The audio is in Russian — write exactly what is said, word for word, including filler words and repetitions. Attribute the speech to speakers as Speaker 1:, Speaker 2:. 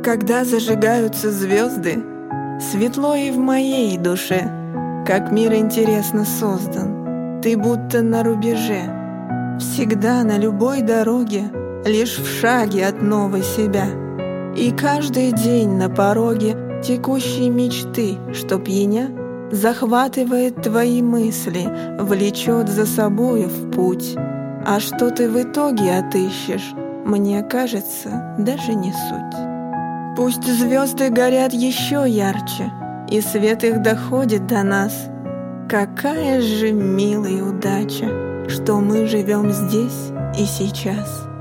Speaker 1: Когда зажигаются звезды, светло и в моей душе, как мир интересно создан, ты будто на рубеже. Всегда на любой дороге, лишь в шаге от новой себя. И каждый день на пороге текущей мечты, что пьяня, захватывает твои мысли, влечет за собою в путь. А что ты в итоге отыщешь, мне кажется, даже не суть. Пусть звезды горят еще ярче, и свет их доходит до нас. Какая же милая удача, что мы живем здесь и сейчас.